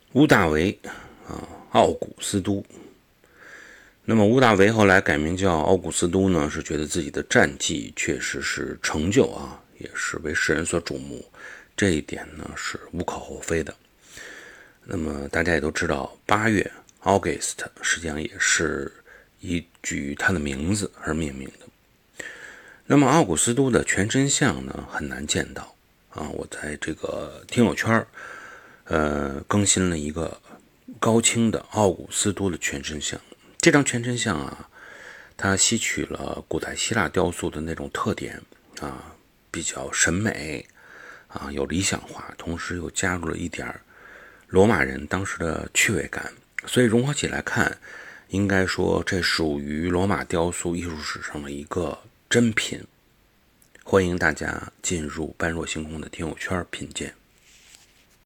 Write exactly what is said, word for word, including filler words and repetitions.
屋大维啊，奥古斯都。那么屋大维后来改名叫奥古斯都呢，是觉得自己的战绩确实是成就啊，也是为世人所瞩目，这一点呢是无可厚非的。那么大家也都知道，八月 August 实际上也是依据他的名字而命名的。那么奥古斯都的全真像呢很难见到啊，我在这个听友圈呃更新了一个高清的奥古斯都的全真像。这张全真像啊，它吸取了古代希腊雕塑的那种特点啊，比较审美啊，有理想化，同时又加入了一点罗马人当时的趣味感，所以融合起来看，应该说这属于罗马雕塑艺术史上的一个珍品。欢迎大家进入般若星空的听友圈品鉴。